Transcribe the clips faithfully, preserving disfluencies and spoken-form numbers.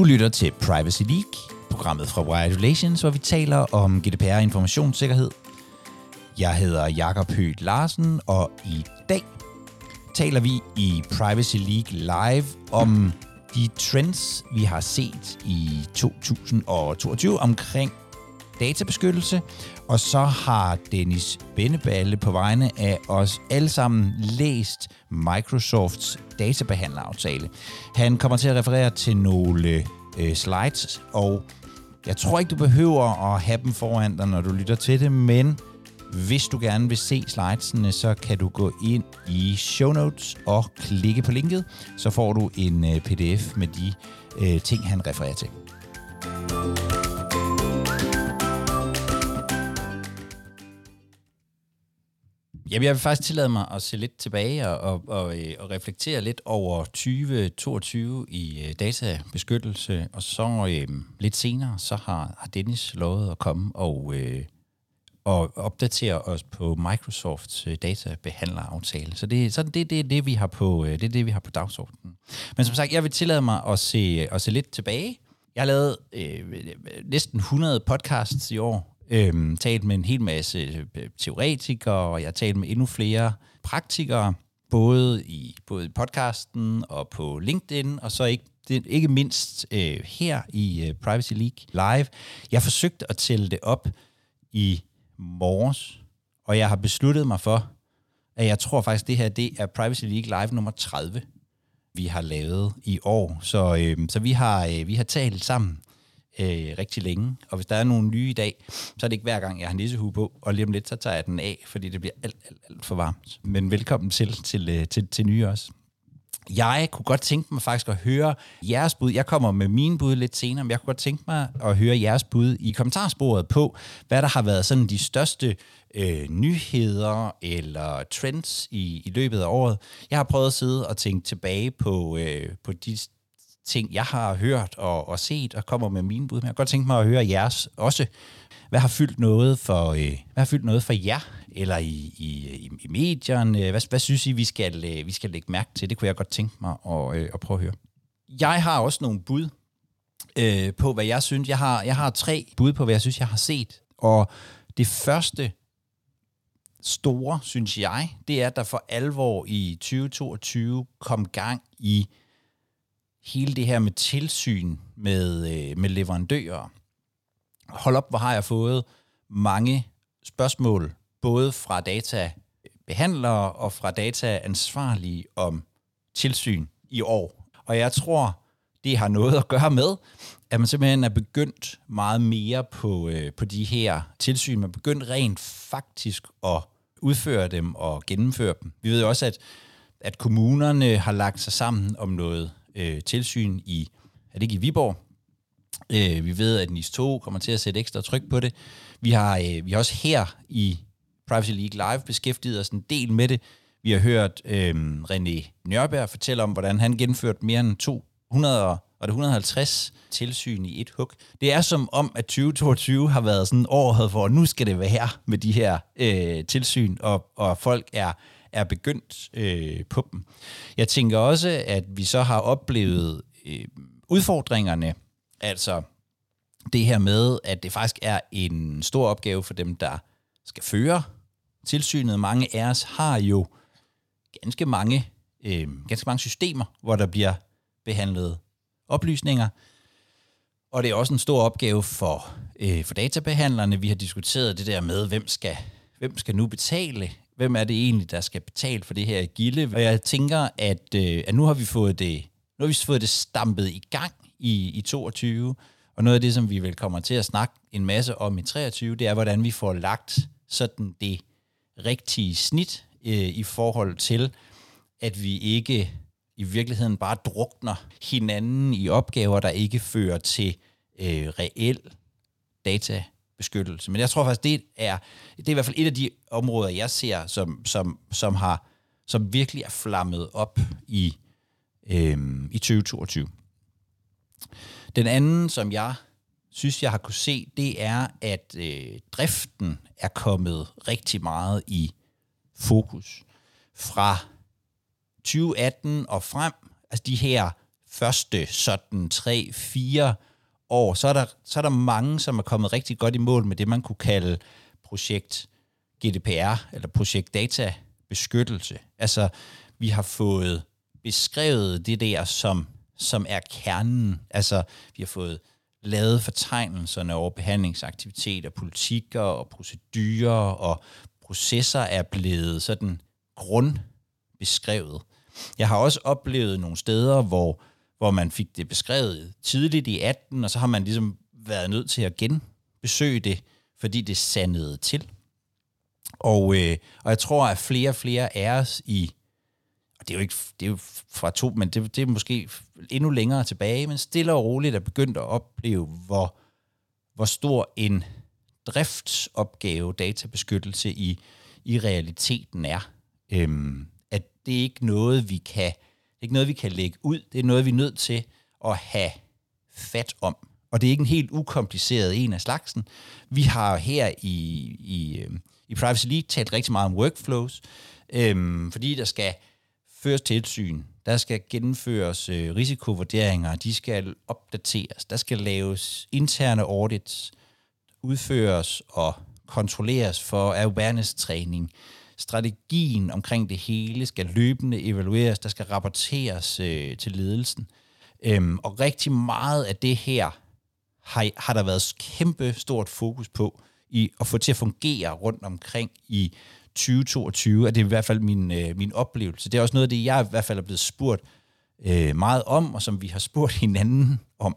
lytter til Privacy League, programmet fra Wired Relations, hvor vi taler om G D P R og informationssikkerhed. Jeg hedder Jakob Høgh Larsen, og i dag taler vi i Privacy League Live om de trends, vi har set i to tusind toogtyve omkring databeskyttelse. Og så har Dennis Benneballe på vegne af os alle sammen læst Microsofts databehandleraftale. Han kommer til at referere til nogle øh, slides, og jeg tror ikke, du behøver at have dem foran dig, når du lytter til det, men hvis du gerne vil se slidesene, så kan du gå ind i show notes og klikke på linket, så får du en øh, P D F med de øh, ting, han refererer til. Jamen, jeg vil faktisk tillade mig at se lidt tilbage og, og, og, og reflektere lidt over tyve toogtyve i øh, databeskyttelse, og så øh, lidt senere, så har, har Dennis lovet at komme og, øh, og opdatere os på Microsofts øh, databehandleraftale. Så det, så det, det er det, vi har på, øh, det er det, vi har på dagsordenen. Men som sagt, jeg vil tillade mig at se, at se lidt tilbage. Jeg har lavet øh, næsten hundrede podcasts i år. Øhm, talt med en hel masse teoretikere, og jeg har talt med endnu flere praktikere, både i, både i podcasten og på LinkedIn, og så ikke, det, ikke mindst øh, her i øh, Privacy League Live. Jeg har forsøgt at tælle det op i morges, og jeg har besluttet mig for, at jeg tror faktisk, det her det er Privacy League Live nummer tredive, vi har lavet i år. Så, øh, så vi, har, øh, vi har talt sammen Øh, rigtig længe, og hvis der er nogle nye i dag, så er det ikke hver gang, jeg har nissehue på, og lige om lidt, så tager jeg den af, fordi det bliver alt, alt, alt for varmt. Men velkommen til, til, til, til nye også. Jeg kunne godt tænke mig faktisk at høre jeres bud. Jeg kommer med mine bud lidt senere, men jeg kunne godt tænke mig at høre jeres bud i kommentarsporet på, hvad der har været sådan de største øh, nyheder eller trends i, i løbet af året. Jeg har prøvet at sidde og tænke tilbage på, øh, på de ting, jeg har hørt og, og set, og kommer med mine bud. Men jeg kan godt tænke mig at høre jeres også. Hvad har fyldt noget for, øh, hvad har fyldt noget for jer, eller i, i, i medierne? Hvad, hvad synes I, vi skal, øh, vi skal lægge mærke til? Det kunne jeg godt tænke mig at, øh, at prøve at høre. Jeg har også nogle bud øh, på, hvad jeg synes. Jeg har, jeg har tre bud på, hvad jeg synes, jeg har set. Og det første store, synes jeg, det er, at der for alvor i tyve toogtyve kom gang i hele det her med tilsyn med, øh, med leverandører. Hold op, hvor har jeg fået mange spørgsmål, både fra databehandlere og fra dataansvarlige om tilsyn i år. Og jeg tror, det har noget at gøre med, at man simpelthen er begyndt meget mere på, øh, på de her tilsyn. Man er begyndt rent faktisk at udføre dem og gennemføre dem. Vi ved jo også, at, at kommunerne har lagt sig sammen om noget Øh, tilsyn i, er det ikke i Viborg? Øh, vi ved, at N I S to kommer til at sætte ekstra tryk på det. Vi har, øh, vi har også her i Privacy League Live beskæftiget os en del med det. Vi har hørt øh, René Nørberg fortælle om, hvordan han gennemførte mere end to hundrede og et hundrede og halvtreds tilsyn i et hug. Det er som om, at tyve toogtyve har været sådan året, hvor nu skal det være her med de her øh, tilsyn, og, og folk er er begyndt øh, på dem. Jeg tænker også, at vi så har oplevet øh, udfordringerne, altså det her med, at det faktisk er en stor opgave for dem, der skal føre tilsynet. Mange af os har jo ganske mange, øh, ganske mange systemer, hvor der bliver behandlet oplysninger, og det er også en stor opgave for, øh, for databehandlerne. Vi har diskuteret det der med, hvem skal, hvem skal nu betale. Hvem er det egentlig, der skal betale for det her gilde? Og jeg tænker, at, øh, at nu har vi fået det, nu har vi fået det stampet i gang i, i toogtyve, og noget af det, som vi vel kommer til at snakke en masse om i treogtyve, det er, hvordan vi får lagt sådan det rigtige snit øh, i forhold til, at vi ikke i virkeligheden bare drukner hinanden i opgaver, der ikke fører til øh, reel data beskyttelse. Men jeg tror faktisk, det er, det er i hvert fald et af de områder, jeg ser, som, som, som, har, som virkelig er flammet op i, øhm, i tyve toogtyve. Den anden, som jeg synes, jeg har kunne se, det er, at øh, driften er kommet rigtig meget i fokus. Fra tyve atten og frem, altså de her første sådan tre, fire år, så er, der, så er der mange, som er kommet rigtig godt i mål med det, man kunne kalde projekt G D P R, eller projekt databeskyttelse. Altså, vi har fået beskrevet det der, som, som er kernen. Altså, vi har fået lavet fortegnelserne over behandlingsaktiviteter, politikker og procedurer, og processer er blevet sådan grundbeskrevet. Jeg har også oplevet nogle steder, hvor, hvor man fik det beskrevet tidligt i atten, og så har man ligesom været nødt til at genbesøge det, fordi det sandede til. Og, øh, og jeg tror, at flere og flere af os i, og det er jo ikke det er jo fra to, men det, det er måske endnu længere tilbage, men stille og roligt er begyndt at opleve, hvor, hvor stor en driftsopgave databeskyttelse i, i realiteten er. Øhm, at det er ikke noget, vi kan, ikke noget, vi kan lægge ud. Det er noget, vi er nødt til at have fat om. Og det er ikke en helt ukompliceret en af slagsen. Vi har her i, i, i Privacy League talt rigtig meget om workflows, øhm, fordi der skal føres tilsyn, der skal gennemføres øh, risikovurderinger, de skal opdateres, der skal laves interne audits, udføres og kontrolleres for awareness-træning. Strategien omkring det hele skal løbende evalueres, der skal rapporteres øh, til ledelsen. Øhm, og rigtig meget af det her har, har der været kæmpe stort fokus på i at få til at fungere rundt omkring i tyve toogtyve, er det i hvert fald min, øh, min oplevelse. Det er også noget af det, jeg i hvert fald er blevet spurgt øh, meget om, og som vi har spurgt hinanden om.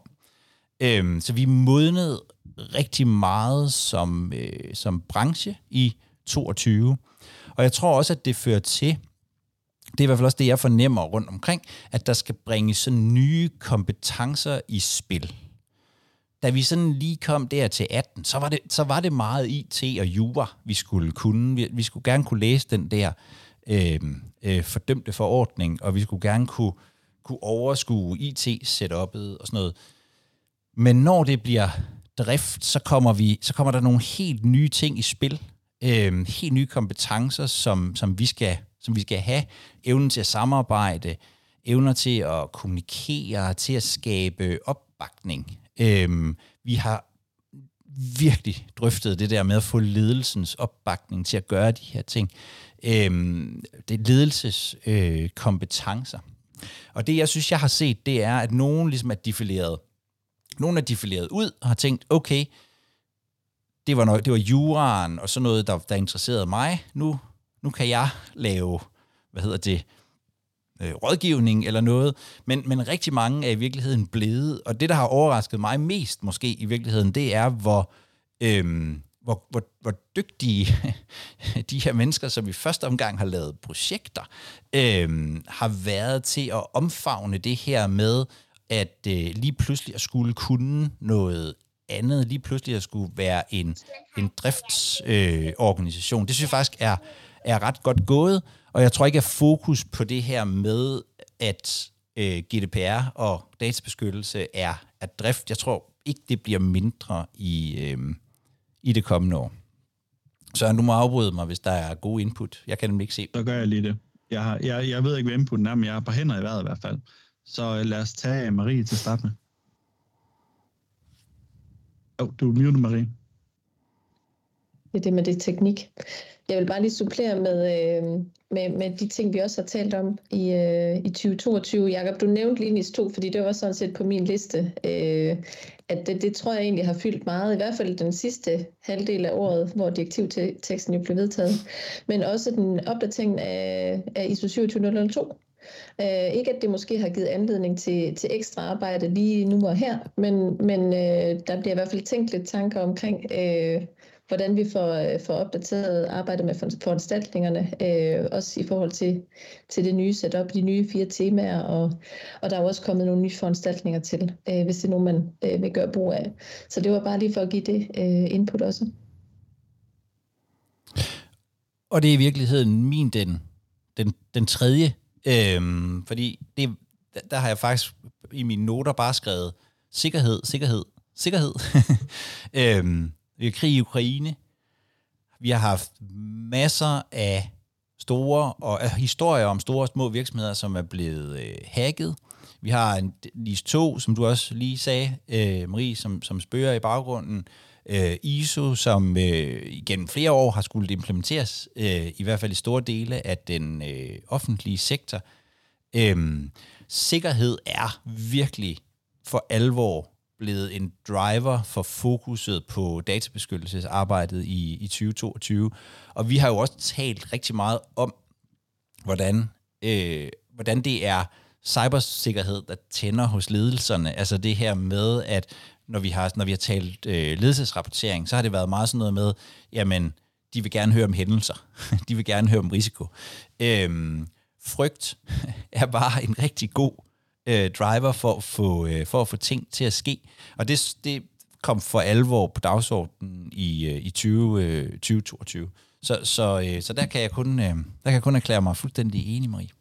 Øhm, så vi modnede rigtig meget som, øh, som branche i toogtyve. Og jeg tror også, at det fører til, det er i hvert fald også det, jeg fornemmer rundt omkring, at der skal bringes sådan nye kompetencer i spil. Da vi sådan lige kom der til atten, så var det, så var det meget I T og jura, vi skulle kunne. Vi, vi skulle gerne kunne læse den der øh, øh, fordømte forordning, og vi skulle gerne kunne, kunne overskue I T-setup'et og sådan noget. Men når det bliver drift, så kommer, vi, så kommer der nogle helt nye ting i spil. Øh, helt nye kompetencer, som, som, vi skal, som vi skal have. Evnen til at samarbejde, evner til at kommunikere, til at skabe opbakning. Øhm, vi har virkelig drøftet det der med at få ledelsens opbakning til at gøre de her ting. Øhm, det er ledelseskompetencer. Øh, og det, jeg synes, jeg har set, det er, at nogen ligesom er defileret. Nogen er defileret ud og har tænkt, okay, det var, noget, det var juraen og sådan noget, der, der interesserede mig. Nu, nu kan jeg lave, hvad hedder det, rådgivning eller noget, men, men rigtig mange er i virkeligheden blevet, og det, der har overrasket mig mest måske i virkeligheden, det er, hvor, øhm, hvor, hvor, hvor dygtige de her mennesker, som i første omgang har lavet projekter, øhm, har været til at omfavne det her med, at øh, lige pludselig at skulle kunne noget andet, lige pludselig at skulle være en, en driftsorganisation. Øh, det synes jeg faktisk er, er ret godt gået, og jeg tror ikke, at fokus på det her med, at øh, G D P R og databeskyttelse er, er drift. Jeg tror ikke, det bliver mindre i, øh, i det kommende år. Så du må afbryde mig, hvis der er gode input. Jeg kan nemlig ikke se. Så gør jeg lige det. Jeg, har, jeg, jeg ved ikke, hvad inputen er, men jeg har på hænder i vejret i hvert fald. Så lad os tage Marie til at starte med. Åh, oh, du er muted, Marie. Det er det med det teknik. Jeg vil bare lige supplere med, øh, med, med de ting, vi også har talt om i, øh, i tyve toogtyve. Jakob, du nævnte lige NIS to, fordi det var sådan set på min liste, øh, at det, det tror jeg egentlig har fyldt meget, i hvert fald den sidste halvdel af året, hvor direktivteksten jo blev vedtaget, men også den opdatering af, af I S O syvogtyve nul nul to. Uh, ikke at det måske har givet anledning til, til ekstra arbejde lige nu og her, men, men uh, der bliver i hvert fald tænkt lidt tanker omkring, uh, hvordan vi får, får opdateret arbejdet med foranstaltningerne, uh, også i forhold til, til det nye setup, de nye fire temaer, og, og der er også kommet nogle nye foranstaltninger til, uh, hvis det er nogen, man uh, vil gøre brug af. Så det var bare lige for at give det uh, input også. Og det er i virkeligheden min den, den, den tredje. Øhm, fordi det, der har jeg faktisk i mine noter bare skrevet sikkerhed, sikkerhed, sikkerhed. øhm, vi har krig i Ukraine. Vi har haft masser af store og uh, historier om store og små virksomheder, som er blevet uh, hacket. Vi har en N I S to, som du også lige sagde, uh, Marie, som, som spørger i baggrunden. Uh, I S O, som uh, igennem flere år har skulle implementeres, uh, i hvert fald i store dele af den uh, offentlige sektor. Uh, sikkerhed er virkelig for alvor blevet en driver for fokuset på databeskyttelsesarbejdet i, i tyve toogtyve. Og vi har jo også talt rigtig meget om, hvordan, øh, hvordan det er cybersikkerhed, der tænder hos ledelserne. Altså det her med, at når vi har, når vi har talt øh, ledelsesrapportering, så har det været meget sådan noget med, jamen, de vil gerne høre om hændelser. De vil gerne høre om risiko. Øhm, frygt er bare en rigtig god øh, driver for at, få, øh, for at få ting til at ske. Og det, det kom for alvor på dagsordenen i, øh, i tyve toogtyve. Så, så, øh, så der kan jeg kun, øh, der kan jeg kun erklære mig fuldstændig enig, Marie.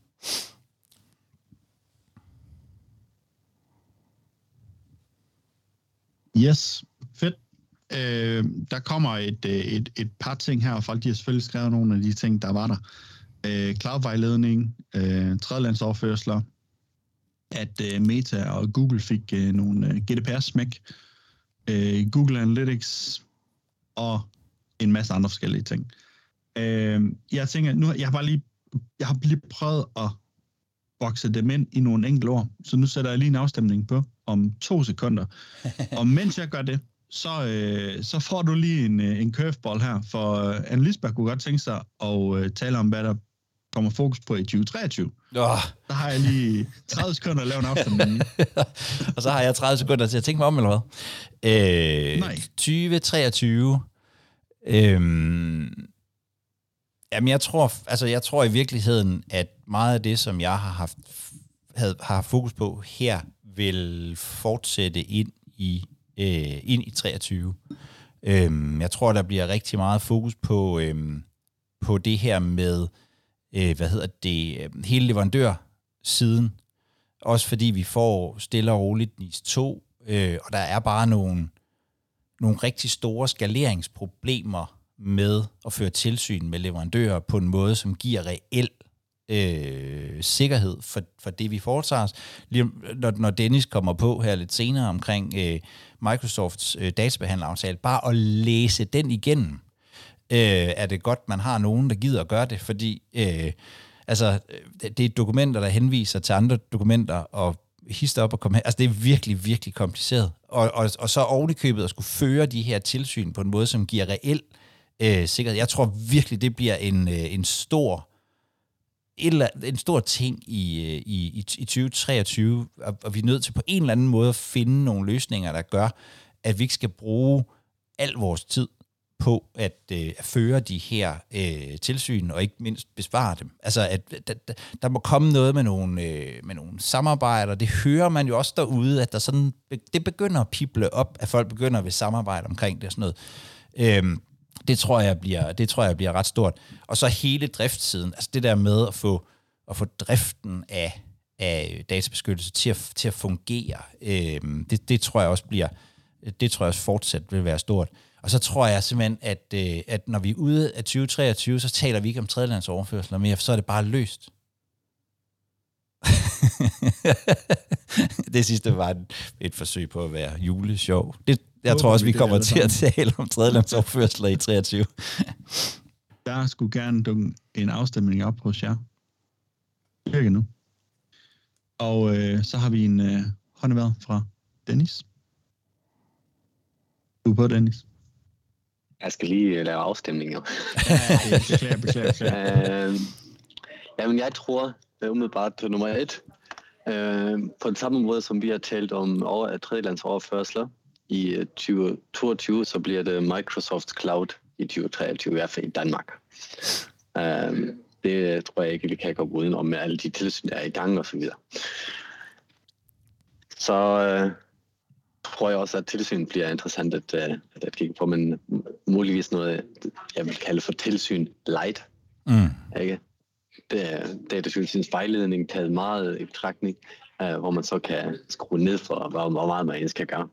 Yes, fedt. Øh, der kommer et, et, et par ting her, og folk de har selvfølgelig skrevet nogle af de ting, der var der. Øh, cloud-vejledning, øh, tredjelandsoverførsler, at øh, Meta og Google fik øh, nogle øh, G D P R-smæk, øh, Google Analytics og en masse andre forskellige ting. Øh, jeg tænker, nu jeg har bare lige, jeg har lige prøvet at bokse dem ind i nogle enkelte ord, så nu sætter jeg lige en afstemning på om to sekunder. Og mens jeg gør det, så, øh, så får du lige en, en curveball her, for øh, Anne Lisberg kunne godt tænke sig at øh, tale om, hvad der kommer fokus på i tyve treogtyve. Oh. Så har jeg lige tredive sekunder at lave en afstemning. Og så har jeg tredive sekunder til at tænke mig om, eller hvad? Øh, Nej. tyve treogtyve. Øhm, jamen, jeg tror, altså, jeg tror i virkeligheden, at meget af det, som jeg har haft, havde, har haft fokus på her, vil fortsætte ind i, øh, ind i treogtyve. Øhm, jeg tror, der bliver rigtig meget fokus på, øhm, på det her med, øh, hvad hedder det, hele leverandørsiden. Også fordi vi får stille og roligt N I S to, øh, og der er bare nogle, nogle rigtig store skaleringsproblemer med at føre tilsyn med leverandører på en måde, som giver reel øh, sikkerhed for, for det, vi foretager os. Lige når, når Dennis kommer på her lidt senere omkring øh, Microsofts øh, databehandleraftale, bare at læse den igennem, øh, er det godt, man har nogen, der gider at gøre det, fordi øh, altså, det er dokumenter, der henviser til andre dokumenter, og hister op og komme her. Altså, det er virkelig, virkelig kompliceret. Og, og, og så ovenikøbet at skulle føre de her tilsyn på en måde, som giver reel øh, sikkerhed. Jeg tror virkelig, det bliver en, øh, en stor eller, en stor ting i, i, i tyve treogtyve, og, og vi er nødt til på en eller anden måde at finde nogle løsninger, der gør, at vi ikke skal bruge al vores tid på at, øh, at føre de her øh, tilsyn, og ikke mindst besvare dem. Altså, at der, der må komme noget med nogle, øh, med nogle samarbejder. Det hører man jo også derude, at der sådan, det begynder at pible op, at folk begynder at vil samarbejde omkring det og sådan noget. Øhm, det, tror jeg bliver, det tror jeg bliver ret stort. Og så hele driftssiden, altså det der med at få, at få driften af, af databeskyttelse til at, til at fungere, øhm, det, det tror jeg også bliver, det tror jeg også fortsat vil være stort. Og så tror jeg simpelthen, at, øh, at når vi er ude af tyve treogtyve, så taler vi ikke om tredjelandsoverførsler mere, for så er det bare løst. Det sidste var et, et forsøg på at være julesjov. Det, jeg tror også, vi kommer til at tale om tredjelandsoverførsler i treogtyve. Jeg skulle gerne dukke en afstemning op hos jer. Ikke nu. Og øh, så har vi en øh, håndeværd fra Dennis. Du er på, Dennis. Jeg skal lige lave afstemning, jo. Ja, beklager, beklager, beklager. øh, jamen, jeg tror umiddelbart til nummer et, øh, på den samme måde, som vi har talt om over, tredjelandsoverførsler i tyve toogtyve, så bliver det Microsoft Cloud i tyve treogtyve, i hvert fald i Danmark. Øh, det tror jeg ikke, vi kan gå uden om med alle de tilsyn, der er i gang og så videre. Så øh, tror jeg også, at tilsyn bliver interessant at, at kigge på, men muligvis noget, jeg vil kalde for tilsyn light. Mm. Ikke? Det er Datatilsynets vejledning taget meget i betragtning, uh, hvor man så kan skrue ned for, hvor, hvor meget man skal gøre.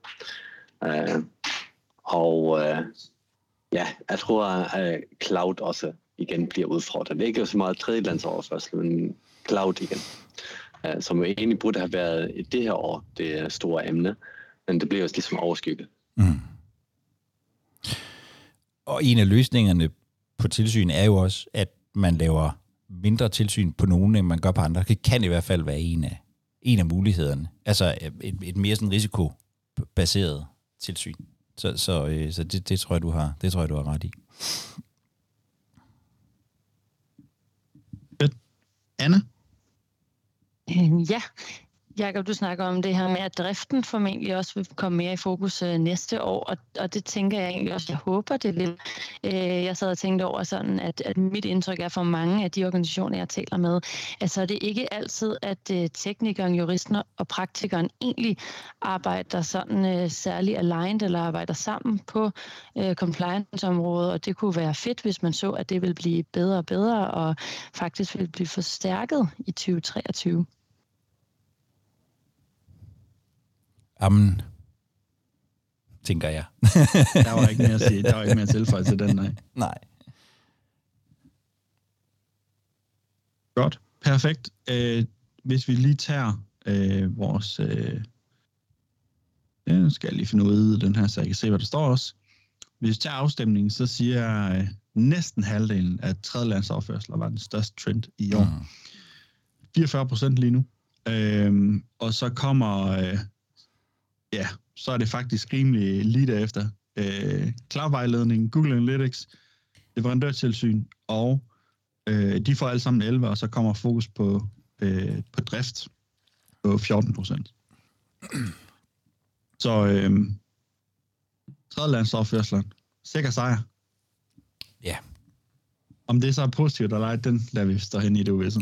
Uh, og uh, ja, jeg tror, at uh, cloud også igen bliver udfordret. Det er ikke så meget tredjelandsoverførsel, men cloud igen. Uh, som jo egentlig burde have været i det her år, det store emne, men det bliver jo ligesom overskygget. Mm. Og en af løsningerne på tilsyn er jo også, at man laver mindre tilsyn på nogle, end man gør på andre. Det kan i hvert fald være en af, en af mulighederne. Altså et, et mere sådan risikobaseret tilsyn. Så, så, øh, så det, det, tror jeg, du har, det tror jeg, du har ret i. Anna? Ja, Jakob, du snakker om det her med, at driften formentlig også vil komme mere i fokus øh, næste år, og, og det tænker jeg egentlig også, jeg håber det vil. Øh, jeg sad og tænkte over sådan, at, at mit indtryk er for mange af de organisationer, jeg taler med, at så er det ikke altid, at øh, teknikeren, juristen og praktikeren egentlig arbejder sådan øh, særlig aligned eller arbejder sammen på øh, compliance-området, og det kunne være fedt, hvis man så, at det vil blive bedre og bedre, og faktisk vil blive forstærket i tyve treogtyve. Amen, tænker jeg. Der var ikke mere at sige. Der var ikke mere at tilføje til den, nej. Nej. Godt, perfekt. Øh, hvis vi lige tager øh, vores... Øh, ja, nu skal jeg lige finde ud af den her, så jeg kan se, hvad der står også. Hvis vi tager afstemningen, så siger jeg, øh, næsten halvdelen af tredjelandsoverførsler var den største trend i år. Mm. fireogfyrre procent lige nu. Øh, og så kommer... Øh, Ja, så er det faktisk rimelig lige derefter. Øh, cloud-vejledning, Google Analytics, leverandørtilsyn, og øh, de får alle sammen elleve, og så kommer fokus på, øh, på drift på fjorten procent. Så øh, tredjelandsoverførsler, sikker sejr. Ja. Om det så er positivt eller ej, den lader vi stå hen i det uvisse.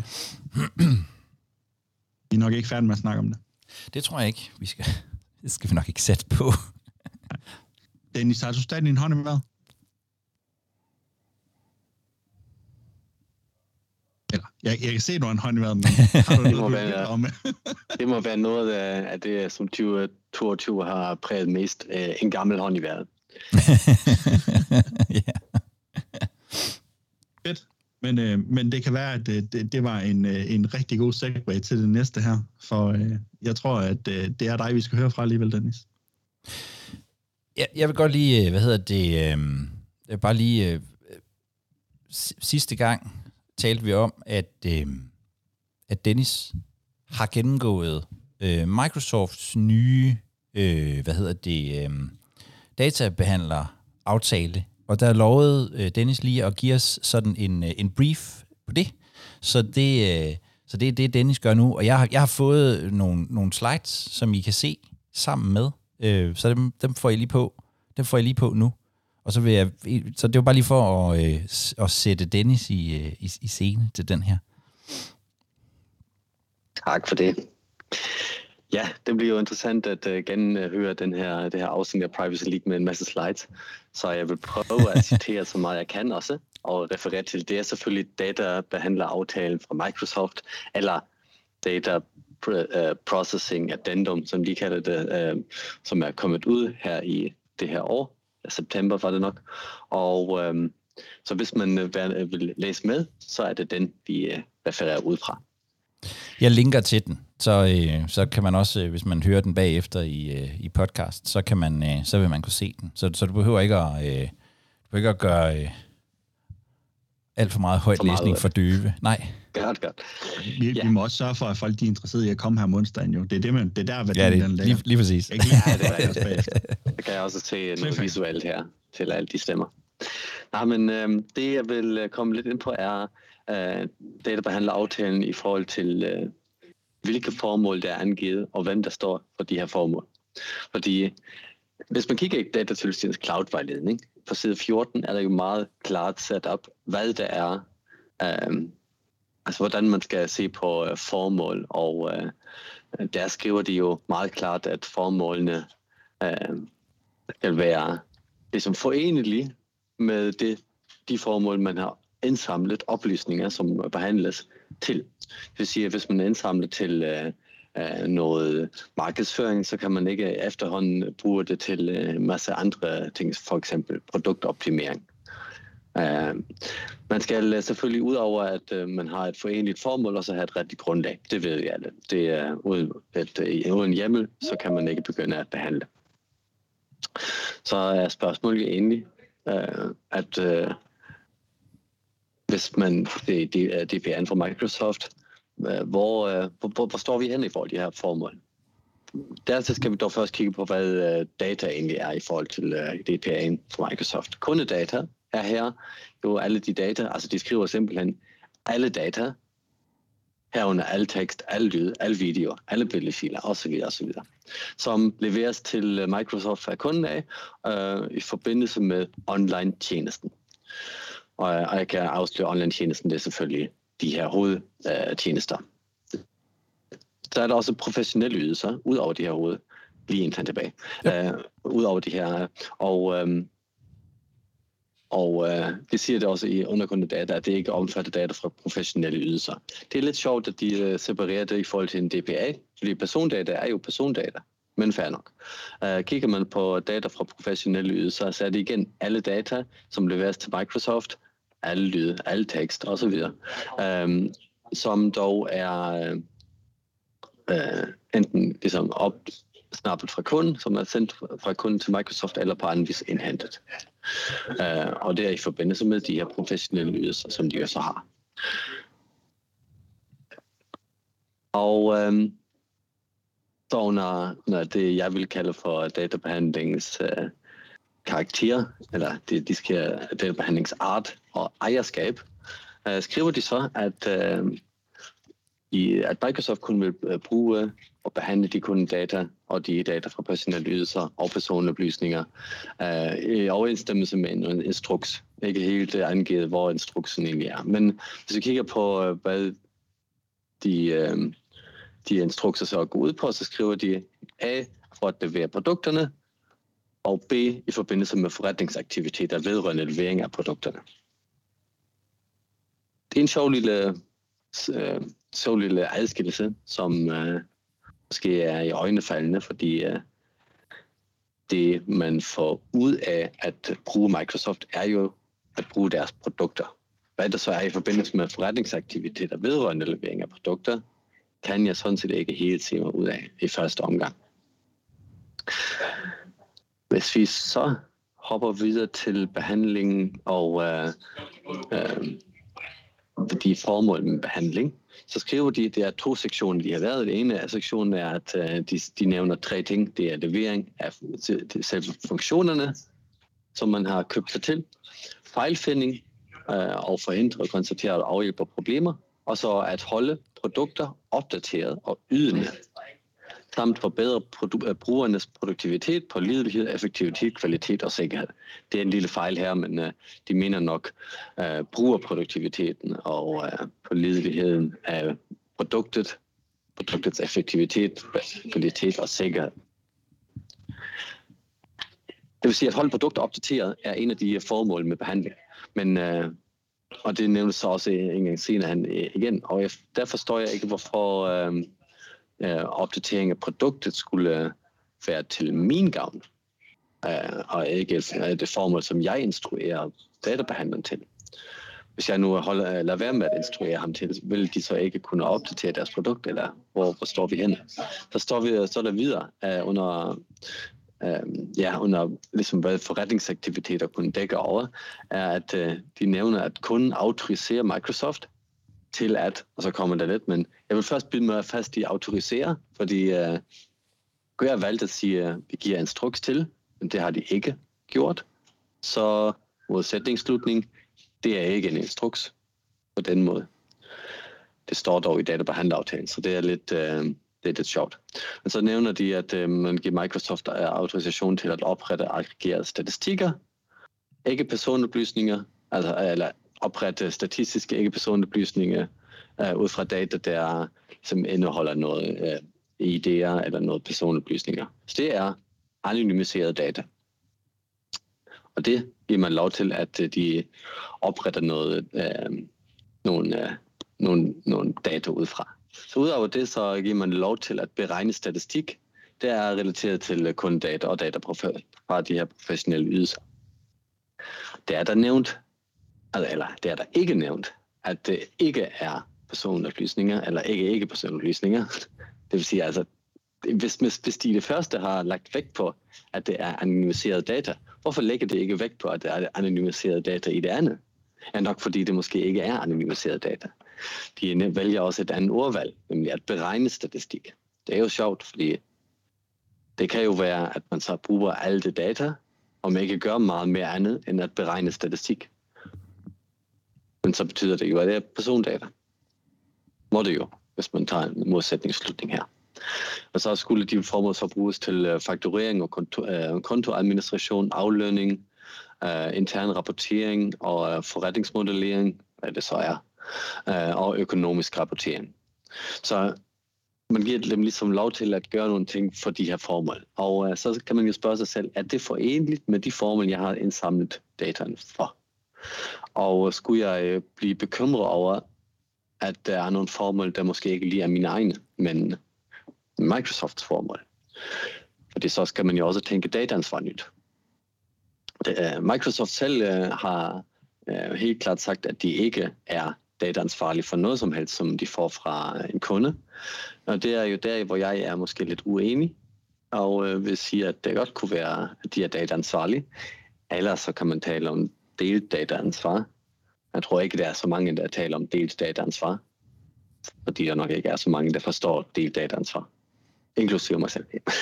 Vi er nok ikke færdige med at snakke om det. Det tror jeg ikke, vi skal... Det skal vi nok ikke sætte på. Dennis, har du stadig din hånd i vejret? Eller, jeg, jeg kan se, at du har en hånd i vejret, men har du det, noget, må du være, om? det må være noget af, af det, som tyve toogtyve har præget mest. Øh, en gammel hånd i vejret. Ja. Fedt. Men, øh, men det kan være, at det, det, det var en, øh, en rigtig god segue til det næste her. For øh, jeg tror, at øh, det er dig, vi skal høre fra alligevel, Dennis. Ja, jeg vil godt lige, hvad hedder det, øh, jeg vil bare lige, øh, sidste gang talte vi om, at, øh, at Dennis har gennemgået øh, Microsofts nye, øh, hvad hedder det, øh, databehandler-aftale. Og der lovede øh, Dennis lige at give os sådan en, øh, en brief på det. Så det, øh, så det er det, Dennis gør nu. Og jeg har, jeg har fået nogle, nogle slides, som I kan se sammen med. Øh, så dem, dem får I lige på. Dem får I lige på nu. Og så vil jeg, så det var bare lige for at, øh, at sætte Dennis i, øh, i, i scene til den her. Tak for det. Ja, det bliver jo interessant at uh, genhøre den her, det her afsnit af Privacy League med en masse slides. Så jeg vil prøve at citere så meget jeg kan også, og referere til det er selvfølgelig databehandleraftalen fra Microsoft, eller Data Processing Addendum, som de kalder det, uh, som er kommet ud her i det her år. September var det nok. Og um, så hvis man uh, vil læse med, så er det den, vi uh, refererer ud fra. Jeg linker til den, så, øh, så kan man også, øh, hvis man hører den bagefter i, øh, i podcast, så kan man, øh, så vil man kunne se den. Så, så du behøver ikke at, øh, du behøver ikke at gøre øh, alt for meget højt for meget læsning for døve. Nej. Godt, godt. Vi, ja. vi må også sørge for, at folk de er interesserede i at komme her om onsdagen. Jo. Det er det, man, det er der, hvad ja, den, det, den ligger. Lige, lige præcis. Jeg kan, ja, det er det. Jeg kan også se noget visuelt her til alle de stemmer. Nej, men øh, det jeg vil komme lidt ind på er øh, databehandleraftalen i forhold til øh, hvilke formål der er angivet, og hvem der står for de her formål. Fordi hvis man kigger i Datatilsynets cloud-vejledning, på side fjorten er der jo meget klart sat op, hvad der er, øh, altså hvordan man skal se på øh, formål, og øh, der skriver de jo meget klart, at formålene øh, skal være ligesom forenelige med det, de formål, man har indsamlet oplysninger, som behandles til. Det vil sige, at hvis man indsamler til øh, øh, noget markedsføring, så kan man ikke efterhånden bruge det til en masse andre ting, for eksempel produktoptimering. Øh, men Man skal selvfølgelig ud over, at øh, man har et forenligt formål, og så have et rigtigt grundlag. Det ved vi alle. Det er uden, et, øh, uden hjemmel, så kan man ikke begynde at behandle. Så er spørgsmålet egentlig, øh, at øh, hvis man, det, det er D P A'en fra Microsoft, øh, hvor, øh, hvor, hvor står vi henne i forhold til de her formål? Dertil skal vi dog først kigge på, hvad øh, data egentlig er i forhold til øh, D P A'en fra Microsoft. Kundedata er her jo alle de data, altså de skriver simpelthen alle data, herunder al tekst, al lyd, al video, alle billedfiler osv. osv., som leveres til Microsoft fra kunden af øh, i forbindelse med online-tjenesten. Og, og jeg kan afsløre online-tjenesten, det er selvfølgelig de her hovedtjenester. Øh, Så er der også professionelle ydelser, ud over de her hoved, lige en tand tilbage, ja. øh, ud over de her, og øh, Og øh, det siger det også i underkundedata, at det ikke omfatter data fra professionelle ydelser. Det er lidt sjovt, at de øh, separerer det i forhold til en D P A, fordi persondata er jo persondata, men fair nok. Uh, kigger man på data fra professionelle ydelser, så er det igen alle data, som leveres til Microsoft, alle lyd, alle tekst osv., um, som dog er uh, enten ligesom opsnappet fra kunden, som er sendt fra kunden til Microsoft, eller på anden vis indhentet. Uh, og det er i forbindelse med de her professionelle ydelser, som de også har. Og um, så under, under det, jeg vil kalde for databehandlingens uh, karakter, eller det, de skal databehandlingsart og ejerskab, uh, skriver de så, at, uh, i, at Microsoft kun vil uh, bruge og behandle de kundedata og de data fra personelle ydelser og personoplysninger uh, i overensstemmelse med en instruks. Ikke helt uh, angivet, hvor instruksen egentlig er. Men hvis vi kigger på, uh, hvad de, uh, de instrukser så går ud på, så skriver de A for at levere produkterne, og B i forbindelse med forretningsaktiviteter vedrørende levering af produkterne. Det er en sjov lille, uh, sjov lille adskillelse, som uh, måske er i øjnefaldende, fordi uh, det, man får ud af at bruge Microsoft, er jo at bruge deres produkter. Hvad der så er i forbindelse med forretningsaktiviteter vedrørende levering af produkter, kan jeg sådan set ikke helt se mig ud af i første omgang. Hvis vi så hopper videre til behandlingen og øh, øh, de formål med behandling, så skriver de, at det er to sektioner, de har lavet. Det ene af sektionen er, at øh, de, de nævner tre ting. Det er levering af selve funktionerne, som man har købt sig til, fejlfinding øh, og forhindre og konstatere og afhjælpe problemer, og så at holde produkter opdateret og ydende, samt forbedre produ- brugernes produktivitet, pålidelighed, effektivitet, kvalitet og sikkerhed. Det er en lille fejl her, men uh, de mener nok uh, brugerproduktiviteten og uh, pålideligheden af produktet, produktets effektivitet, kvalitet og sikkerhed. Det vil sige, at holde produkter opdateret er en af de formål med behandling. Men uh, Og det nævnes så også en gang senere han igen. Og jeg, der forstår jeg ikke, hvorfor øh, øh, opdatering af produktet skulle øh, være til min gavn. Øh, og ikke øh, det formål, som jeg instruerer databehandleren til. Hvis jeg nu holder, lader være med at instruere ham til, vil de så ikke kunne opdatere deres produkt, eller hvor, hvor står vi hen? Så står vi så der videre øh, under... Uh, ja, under ligesom, hvad forretningsaktiviteter kunne dække over, er, at uh, de nævner, at kunden autoriserer Microsoft til at, og så kommer der lidt, men jeg vil først byde mig fast i autorisere, fordi uh, kunne jeg valgt at sige, at vi giver instruks til, men det har de ikke gjort, så modsætningsslutning, det er ikke en instruks på den måde. Det står dog i databehandleraftalen, så det er lidt... Uh, Det er lidt sjovt. Men så nævner de, at øh, man giver Microsoft autorisation til at oprette aggregerede statistikker, ikke personoplysninger, altså eller oprette statistiske ikke personoplysninger øh, ud fra data, der som indeholder noget øh, idéer eller noget personoplysninger. Så det er anonymiseret data. Og det giver man lov til, at øh, de opretter noget, øh, nogle, øh, nogle, nogle data ud fra. Så udover det, så giver man lov til at beregne statistik. Det er relateret til kundedata og data fra de her professionelle ydelser. Det er der nævnt altså, eller det er der ikke nævnt, at det ikke er personoplysninger, eller ikke ikke personoplysninger. Det vil sige, altså, hvis, hvis, hvis de det første har lagt vægt på, at det er anonymiseret data, hvorfor lægger det ikke vægt på, at det er anonymiseret data i det andet? Ja, nok fordi det måske ikke er anonymiseret data. De vælger også et andet ordvalg, nemlig at beregne statistik. Det er jo sjovt, fordi det kan jo være, at man så bruger alle det data, og man ikke gør meget mere andet, end at beregne statistik. Men så betyder det jo, at det er persondata. Må det jo, hvis man tager en modsætningsslutning her. Og så skulle de formål så bruges til fakturering og konto, uh, kontoadministration, aflønning, uh, intern rapportering og uh, forretningsmodellering, hvad det så er, uh, og økonomisk rapportering. Så man giver dem ligesom lov til at gøre nogle ting for de her formål. Og uh, så kan man jo spørge sig selv, er det forenligt med de formål, jeg har indsamlet dataen for? Og skulle jeg blive bekymret over, at der er nogle formål, der måske ikke lige er mine egne, men Microsofts formål. Fordi så skal man jo også tænke dataansvar nyt. Microsoft selv uh, har uh, helt klart sagt, at de ikke er dataansvarlige for noget som helst, som de får fra en kunde. Og det er jo der, hvor jeg er måske lidt uenig, og uh, vil sige, at det godt kunne være, at de er dataansvarlige. Ellers så kan man tale om delt dataansvar. Jeg tror ikke, der er så mange, der taler om delt dataansvar, fordi der nok ikke er så mange, der forstår delt dataansvar. Inklusive mig selv.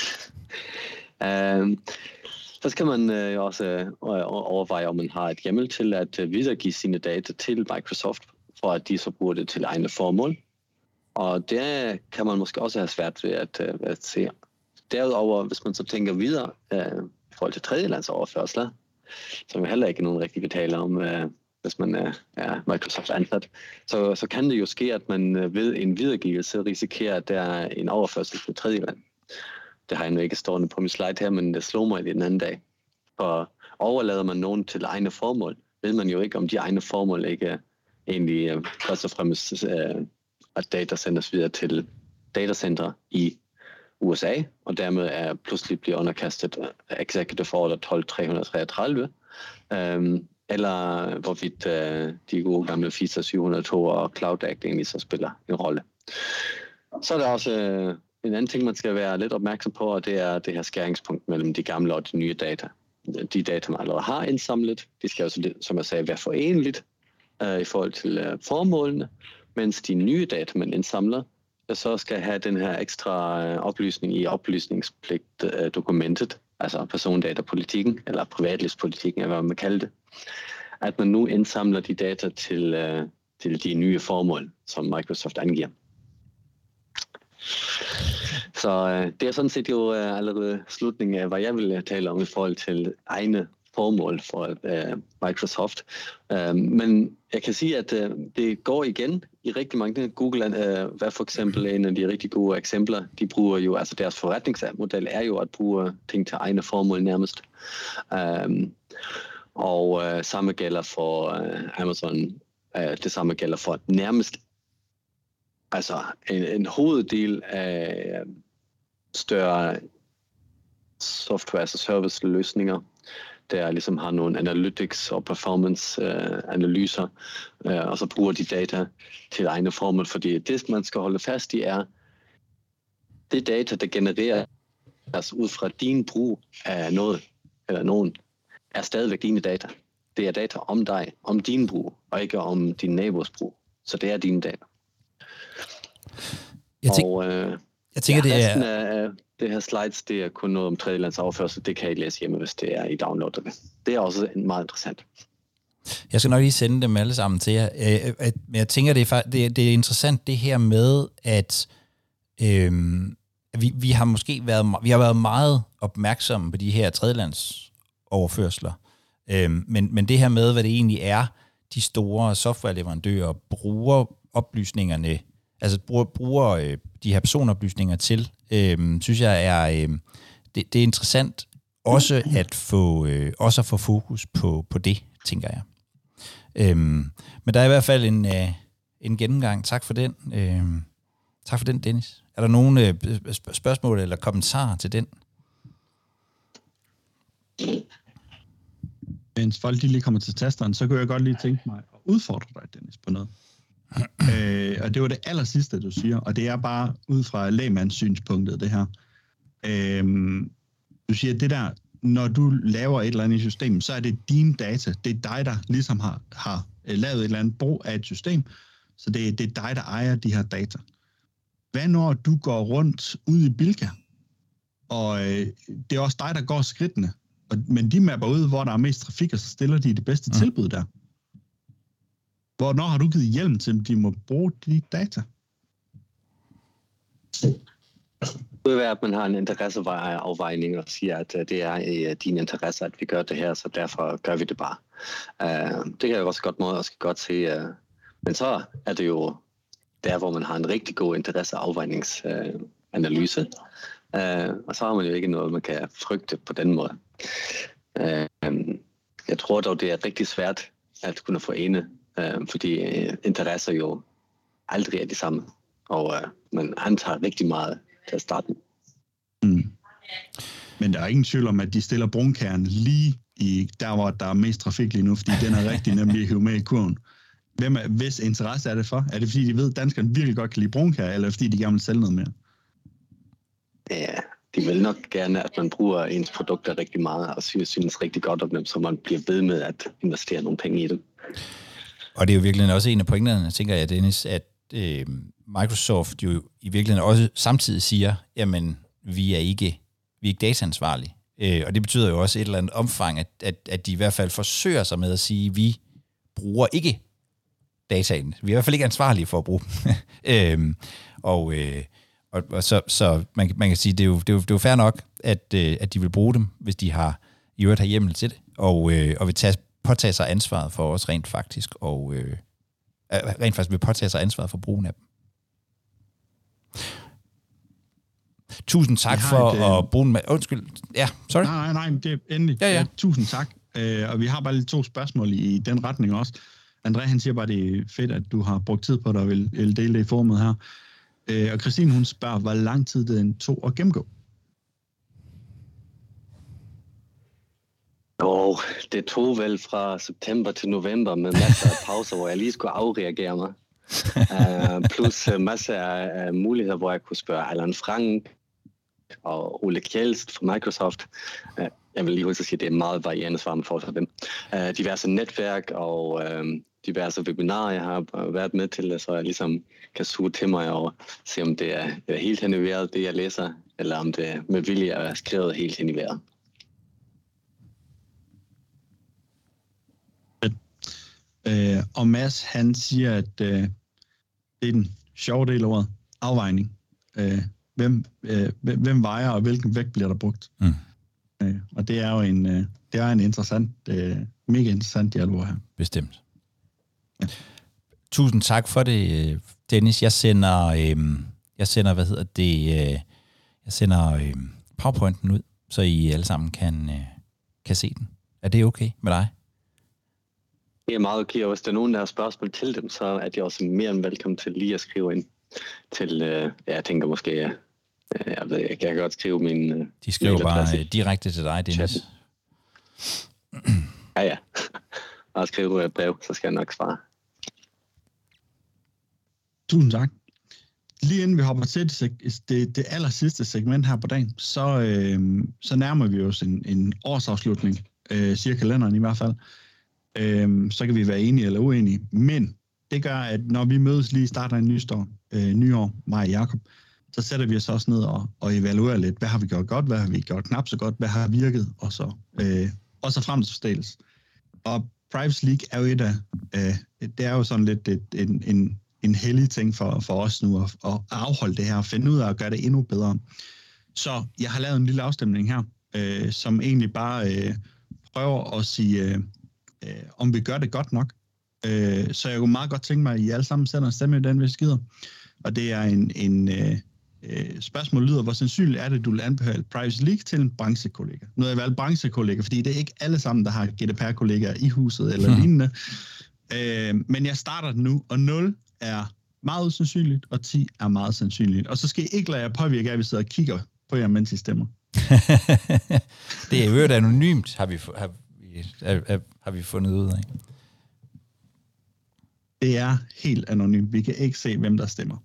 um, så skal man uh, også uh, overveje, om man har et hjemmel til at uh, videregive sine data til Microsoft, for at de så bruger det til egne formål. Og der kan man måske også have svært ved at, uh, at se. Derudover, hvis man så tænker videre uh, i forhold til tredjelandsoverførsler, som vi heller ikke nogen rigtig vil tale om, uh, hvis man er, er Microsoft ansat, så, så kan det jo ske, at man ved en videregivelse risikerer, at der er en overførsel til tredje land. Det har jeg nu ikke stående på min slide her, men det slog mig i den anden dag. Og overlader man nogen til egne formål, ved man jo ikke, om de egne formål ikke egentlig først og fremmest at data sendes videre til datacenter i U S A, og dermed er pludselig bliver underkastet Executive Order tolv tre treogtredive, um, eller hvorvidt uh, de gode gamle FISA syv hundrede og to og Cloud Act egentlig så spiller en rolle. Så er der også uh, en anden ting, man skal være lidt opmærksom på, og det er det her skæringspunkt mellem de gamle og de nye data. De data, man allerede har indsamlet, de skal også, som jeg sagde, være forenligt uh, i forhold til uh, formålene, mens de nye data, man indsamler, så skal have den her ekstra uh, oplysning i oplysningspligt-dokumentet, uh, altså persondatapolitikken, eller privatlivspolitikken, eller hvad man kalder det, at man nu indsamler de data til, uh, til de nye formål, som Microsoft angiver. Så uh, det er sådan set jo uh, allerede slutningen af, hvad jeg vil tale om i forhold til egne formål for uh, Microsoft. Uh, men jeg kan sige, at uh, det går igen i rigtig mange. Google uh, hvad for eksempel en af de rigtig gode eksempler. De bruger jo, altså deres forretningsmodel er jo at bruge ting til egne formål nærmest. Um, og uh, samme gælder for uh, Amazon. Uh, det samme gælder for nærmest altså en, en hoveddel af uh, større software as a service løsninger, der ligesom har nogle analytics og performance uh, analyser, uh, og så bruger de data til egne formål, fordi det, man skal holde fast i, er det data, der genereres altså ud fra din brug af noget, eller nogen, er stadigvæk dine data. Det er data om dig, om din brug, og ikke om din nabos brug. Så det er dine data. Jeg tænk, og øh, jeg tænker, ja, det resten er... af det her slides, det er kun noget om tredjelands overførsel. Det kan I læse hjemme, hvis det er I downloader det. Det er også meget interessant. Jeg skal nok lige sende dem alle sammen til jer. Men jeg tænker, det er, det, det er interessant det her med, at øhm, vi, vi har måske været, vi har været meget opmærksomme på de her tredjelands overførsler. Øhm, men, men det her med, hvad det egentlig er, de store softwareleverandører bruger oplysningerne, altså bruger, bruger øh, de her personoplysninger til, øh, synes jeg er, øh, det, det er interessant også at få, øh, også at få fokus på, på det, tænker jeg. Øh, men der er i hvert fald en, øh, en gennemgang. Tak for den. Øh, tak for den, Dennis. Er der nogen øh, spørgsmål eller kommentarer til den? mens folk de lige kommer til tasteren, så kunne jeg godt lige tænke mig at udfordre dig, Dennis, på noget. øh, og det var det aller sidste, du siger, og det er bare ud fra lægmandssynspunktet, det her. Øh, du siger, at det der, når du laver et eller andet i systemet, så er det dine data. Det er dig, der ligesom har, har lavet et eller andet brug af et system, så det, det er dig, der ejer de her data. Hvad når du går rundt ude i Bilka, og øh, det er også dig, der går skridtene, og, men de mapper ud, hvor der er mest trafik, og så stiller de det bedste mm. tilbud der. Hvornår har du givet hjelm til, at de må bruge de data? Det vil være, at man har en interesseafvejning og siger, at det er i din interesse, at vi gør det her, så derfor gør vi det bare. Uh, det kan jeg også godt måde også godt se. Uh, men så er det jo der, hvor man har en rigtig god interesseafvejningsanalyse. Uh, uh, og så har man jo ikke noget, man kan frygte på den måde. Uh, um, jeg tror dog, det er rigtig svært at kunne forene, uh, fordi uh, interesser jo aldrig er de samme. Og uh, man antager rigtig meget til at starte med. Mm. Men der er ingen tvivl om, at de stiller brunkæren lige i der, hvor der er mest trafik lige nu, fordi den er rigtig nemlig at hive med i kurven. Hvem er, hvis interesse er det for? Er det fordi, de ved, at danskerne virkelig godt kan lide brunkær, eller fordi de gerne vil sælge noget mere? Ja, de vil nok gerne, at man bruger ens produkter rigtig meget, og synes rigtig godt om dem, så man bliver ved med at investere nogle penge i dem. Og det er jo virkelig også en af pointerne, tænker jeg, Dennis, at øh, Microsoft jo i virkeligheden også samtidig siger, jamen, vi er ikke, vi er ikke dataansvarlige. Øh, og det betyder jo også et eller andet omfang, at, at, at de i hvert fald forsøger sig med at sige, at vi bruger ikke dataen. Vi er i hvert fald ikke ansvarlige for at bruge dem. øh, og, øh, og, og så, så man, man kan sige, det er jo, det er jo, det er jo fair nok, at, øh, at de vil bruge dem, hvis de har i øvrigt har hjemmel til det, og, øh, og vil tage, påtage sig ansvaret for os rent faktisk, og øh, rent faktisk vil påtage sig ansvaret for brugen af dem. Tusind tak for et, at bruge med. Undskyld. Ja, sorry. Nej, nej, nej, det er endelig. Ja, ja. Ja, tusind tak. Uh, og vi har bare lige to spørgsmål i, i den retning også. André, han siger bare, det er fedt, at du har brugt tid på det og vil, vil dele det i formet her. Uh, og Christine, hun spørger, hvor lang tid det tog at gennemgå? Oh, det tog vel fra september til november med masser af pauser, hvor jeg lige skulle afreagere mig. uh, plus uh, masser af uh, muligheder, hvor jeg kunne spørge Allan Frank og Ole Kjeldst fra Microsoft. Uh, jeg vil lige huske at sige, at det er meget varierende svar, man får fra dem. Uh, diverse netværk og uh, diverse webinarer, jeg har været med til, så jeg ligesom kan suge til mig og se, om det er, er helt hen i vejret, det jeg læser, eller om det med vilje er skrevet helt hen i vejret. Uh, og Mads, han siger, at uh, det er den sjove del af ordet, afvejning. Uh, hvem, uh, hvem vejer, og hvilken vægt bliver der brugt? Mm. Uh, og det er jo en, uh, det er en interessant, uh, mega interessant dialog her. Bestemt. Ja. Tusind tak for det, Dennis. Jeg sender, øh, jeg sender, hvad hedder det, øh, jeg sender øh, PowerPointen ud, så I alle sammen kan, øh, kan se den. Er det okay med dig? Det er meget okay, og hvis der er nogen, der har spørgsmål til dem, så er de også mere end velkommen til lige at skrive ind til, øh, jeg tænker måske, øh, jeg ved, jeg kan godt skrive min... Øh, de skriver bare øh, direkte til dig, Dennis. Ja, ja. Og skrive et brev, så skal jeg nok svare. Tusind tak. Lige inden vi hopper til det, det, det aller sidste segment her på dagen, så, øh, så nærmer vi os en, en årsafslutning, øh, siger kalenderen i hvert fald. Øhm, så kan vi være enige eller uenige. Men det gør, at når vi mødes lige starter en ny år, øh, nyår, mig og Jacob, så sætter vi os også ned og, og evaluerer lidt. Hvad har vi gjort godt? Hvad har vi gjort knap så godt? Hvad har virket? Og så, øh, og så fremtidsforståelse. Og Privacy League er jo et af, øh, det er jo sådan lidt et, en, en, en hellig ting for, for os nu at, at afholde det her og finde ud af at gøre det endnu bedre. Så jeg har lavet en lille afstemning her, øh, som egentlig bare øh, prøver at sige... Øh, Øh, om vi gør det godt nok. Øh, så jeg kunne meget godt tænke mig, at I alle sammen sender en stemme i den, hvis I gider. Og det er en, en øh, øh, spørgsmål lyder, hvor sandsynligt er det, du vil anbefale Privacy League til en branchekollega? Nu har jeg valgt branchekollega, fordi det er ikke alle sammen, der har G D P R-kollegaer i huset eller hmm. lignende. Øh, men jeg starter den nu, og nul er meget usandsynligt, og ti er meget sandsynligt. Og så skal I ikke lade jer påvirke af, at vi sidder og kigger på jer, mens I stemmer. Det er jo øvrigt anonymt, har vi, har er, er, har vi fundet ud af. Det er helt anonymt. Vi kan ikke se, hvem der stemmer.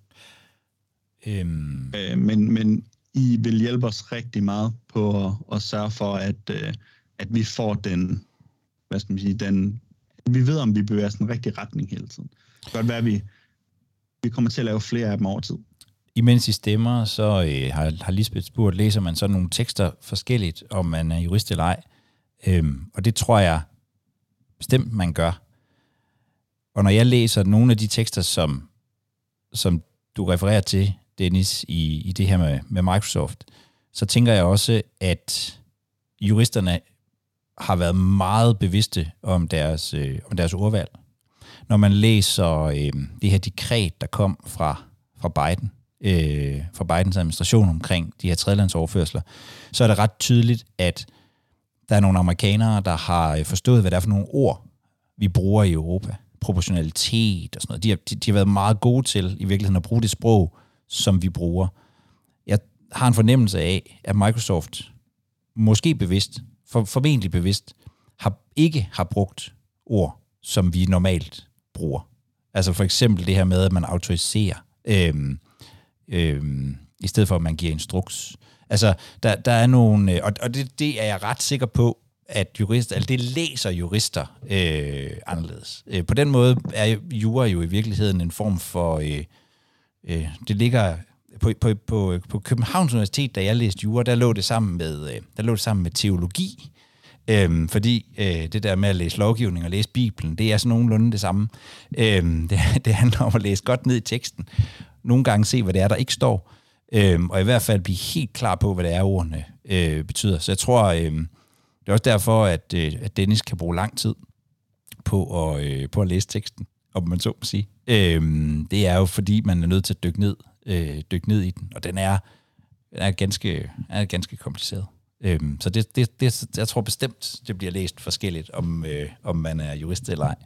Øhm. Øh, men, men I vil hjælpe os rigtig meget på at, at sørge for, at, øh, at vi får den, hvad skal man sige, den, vi ved, om vi bevæger os den rigtige retning hele tiden. Det kan godt være, at vi, vi kommer til at lave flere af dem over tid. Imens I stemmer, så øh, har, har Lisbeth spurgt, læser man så nogle tekster forskelligt, om man er jurist eller ej. Øhm, og det tror jeg bestemt, man gør. Og når jeg læser nogle af de tekster, som, som du refererer til, Dennis, i, i det her med, med Microsoft, så tænker jeg også, at juristerne har været meget bevidste om deres, øh, om deres ordvalg. Når man læser øh, det her dekret, der kom fra, fra Biden, øh, fra Bidens administration omkring de her tredjelandsoverførsler, så er det ret tydeligt, at der er nogle amerikanere, der har forstået, hvad det er for nogle ord, vi bruger i Europa. Proportionalitet og sådan noget. De har, de, de har været meget gode til i virkeligheden at bruge det sprog, som vi bruger. Jeg har en fornemmelse af, at Microsoft måske bevidst, for, formentlig bevidst, har, ikke har brugt ord, som vi normalt bruger. Altså for eksempel det her med, at man autoriserer, øhm, øhm, i stedet for, at man giver instruks. Altså, der, der er nogle, og, og det, det er jeg ret sikker på, at jurister, altså det læser jurister øh, anderledes. Øh, på den måde er jura jo i virkeligheden en form for, øh, øh, det ligger på, på, på, på Københavns Universitet, da jeg læste jura, der lå det sammen med, øh, der lå det sammen med teologi, øh, fordi øh, det der med at læse lovgivning og læse Bibelen, det er sådan nogenlunde det samme. Øh, det, det handler om at læse godt ned i teksten. Nogle gange se, hvad det er, der ikke står, øh, og i hvert fald blive helt klar på, hvad det er, ordene øh, betyder. Så jeg tror, øh, det er også derfor, at, øh, at Dennis kan bruge lang tid på at, øh, på at læse teksten, om man så må sige. Øh, det er jo, fordi man er nødt til at dykke ned, øh, dykke ned i den, og den er, den er, ganske, er ganske kompliceret. Øh, så det, det, det, jeg tror bestemt, det bliver læst forskelligt, om, øh, om man er jurist eller ej.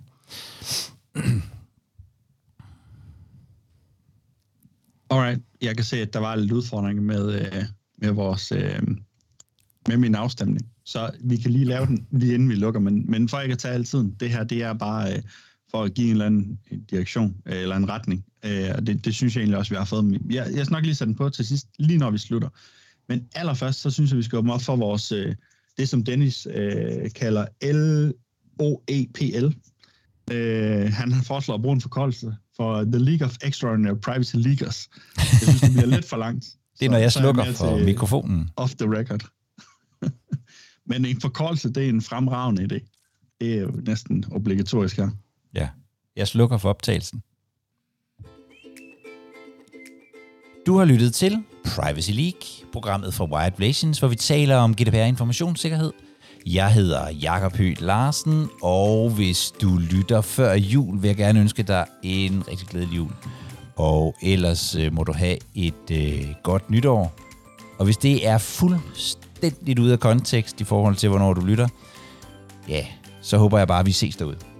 Alright, jeg kan se, at der var lidt udfordring med, øh, med, vores, øh, med min afstemning. Så vi kan lige lave den, lige inden vi lukker. Men, men for ikke at tage al tiden, det her, det er bare øh, for at give en eller anden direktion, øh, eller en retning. Øh, og det, det synes jeg egentlig også, vi har fået. Jeg, jeg skal nok lige sætte den på til sidst, lige når vi slutter. Men allerførst, så synes jeg, vi skal åbne op for vores, øh, det som Dennis øh, kalder L O E P L. Øh, han foreslår at bruge en forkortelse for The League of Extraordinary Privacy Leakers. Jeg synes, det bliver lidt for langt. Det er, når jeg slukker for mikrofonen. Off the record. Men en forkortelse, det er en fremragende idé. Det er jo næsten obligatorisk her. Ja, jeg slukker for optagelsen. Du har lyttet til Privacy League, programmet fra Wired Relations, hvor vi taler om G D P R-informationssikkerhed. Jeg hedder Jakob Høgh Larsen, og hvis du lytter før jul, vil jeg gerne ønske dig en rigtig glædelig jul. Og ellers øh, må du have et øh, godt nytår. Og hvis det er fuldstændigt ude af kontekst i forhold til, hvornår du lytter, ja, så håber jeg bare, at vi ses derude.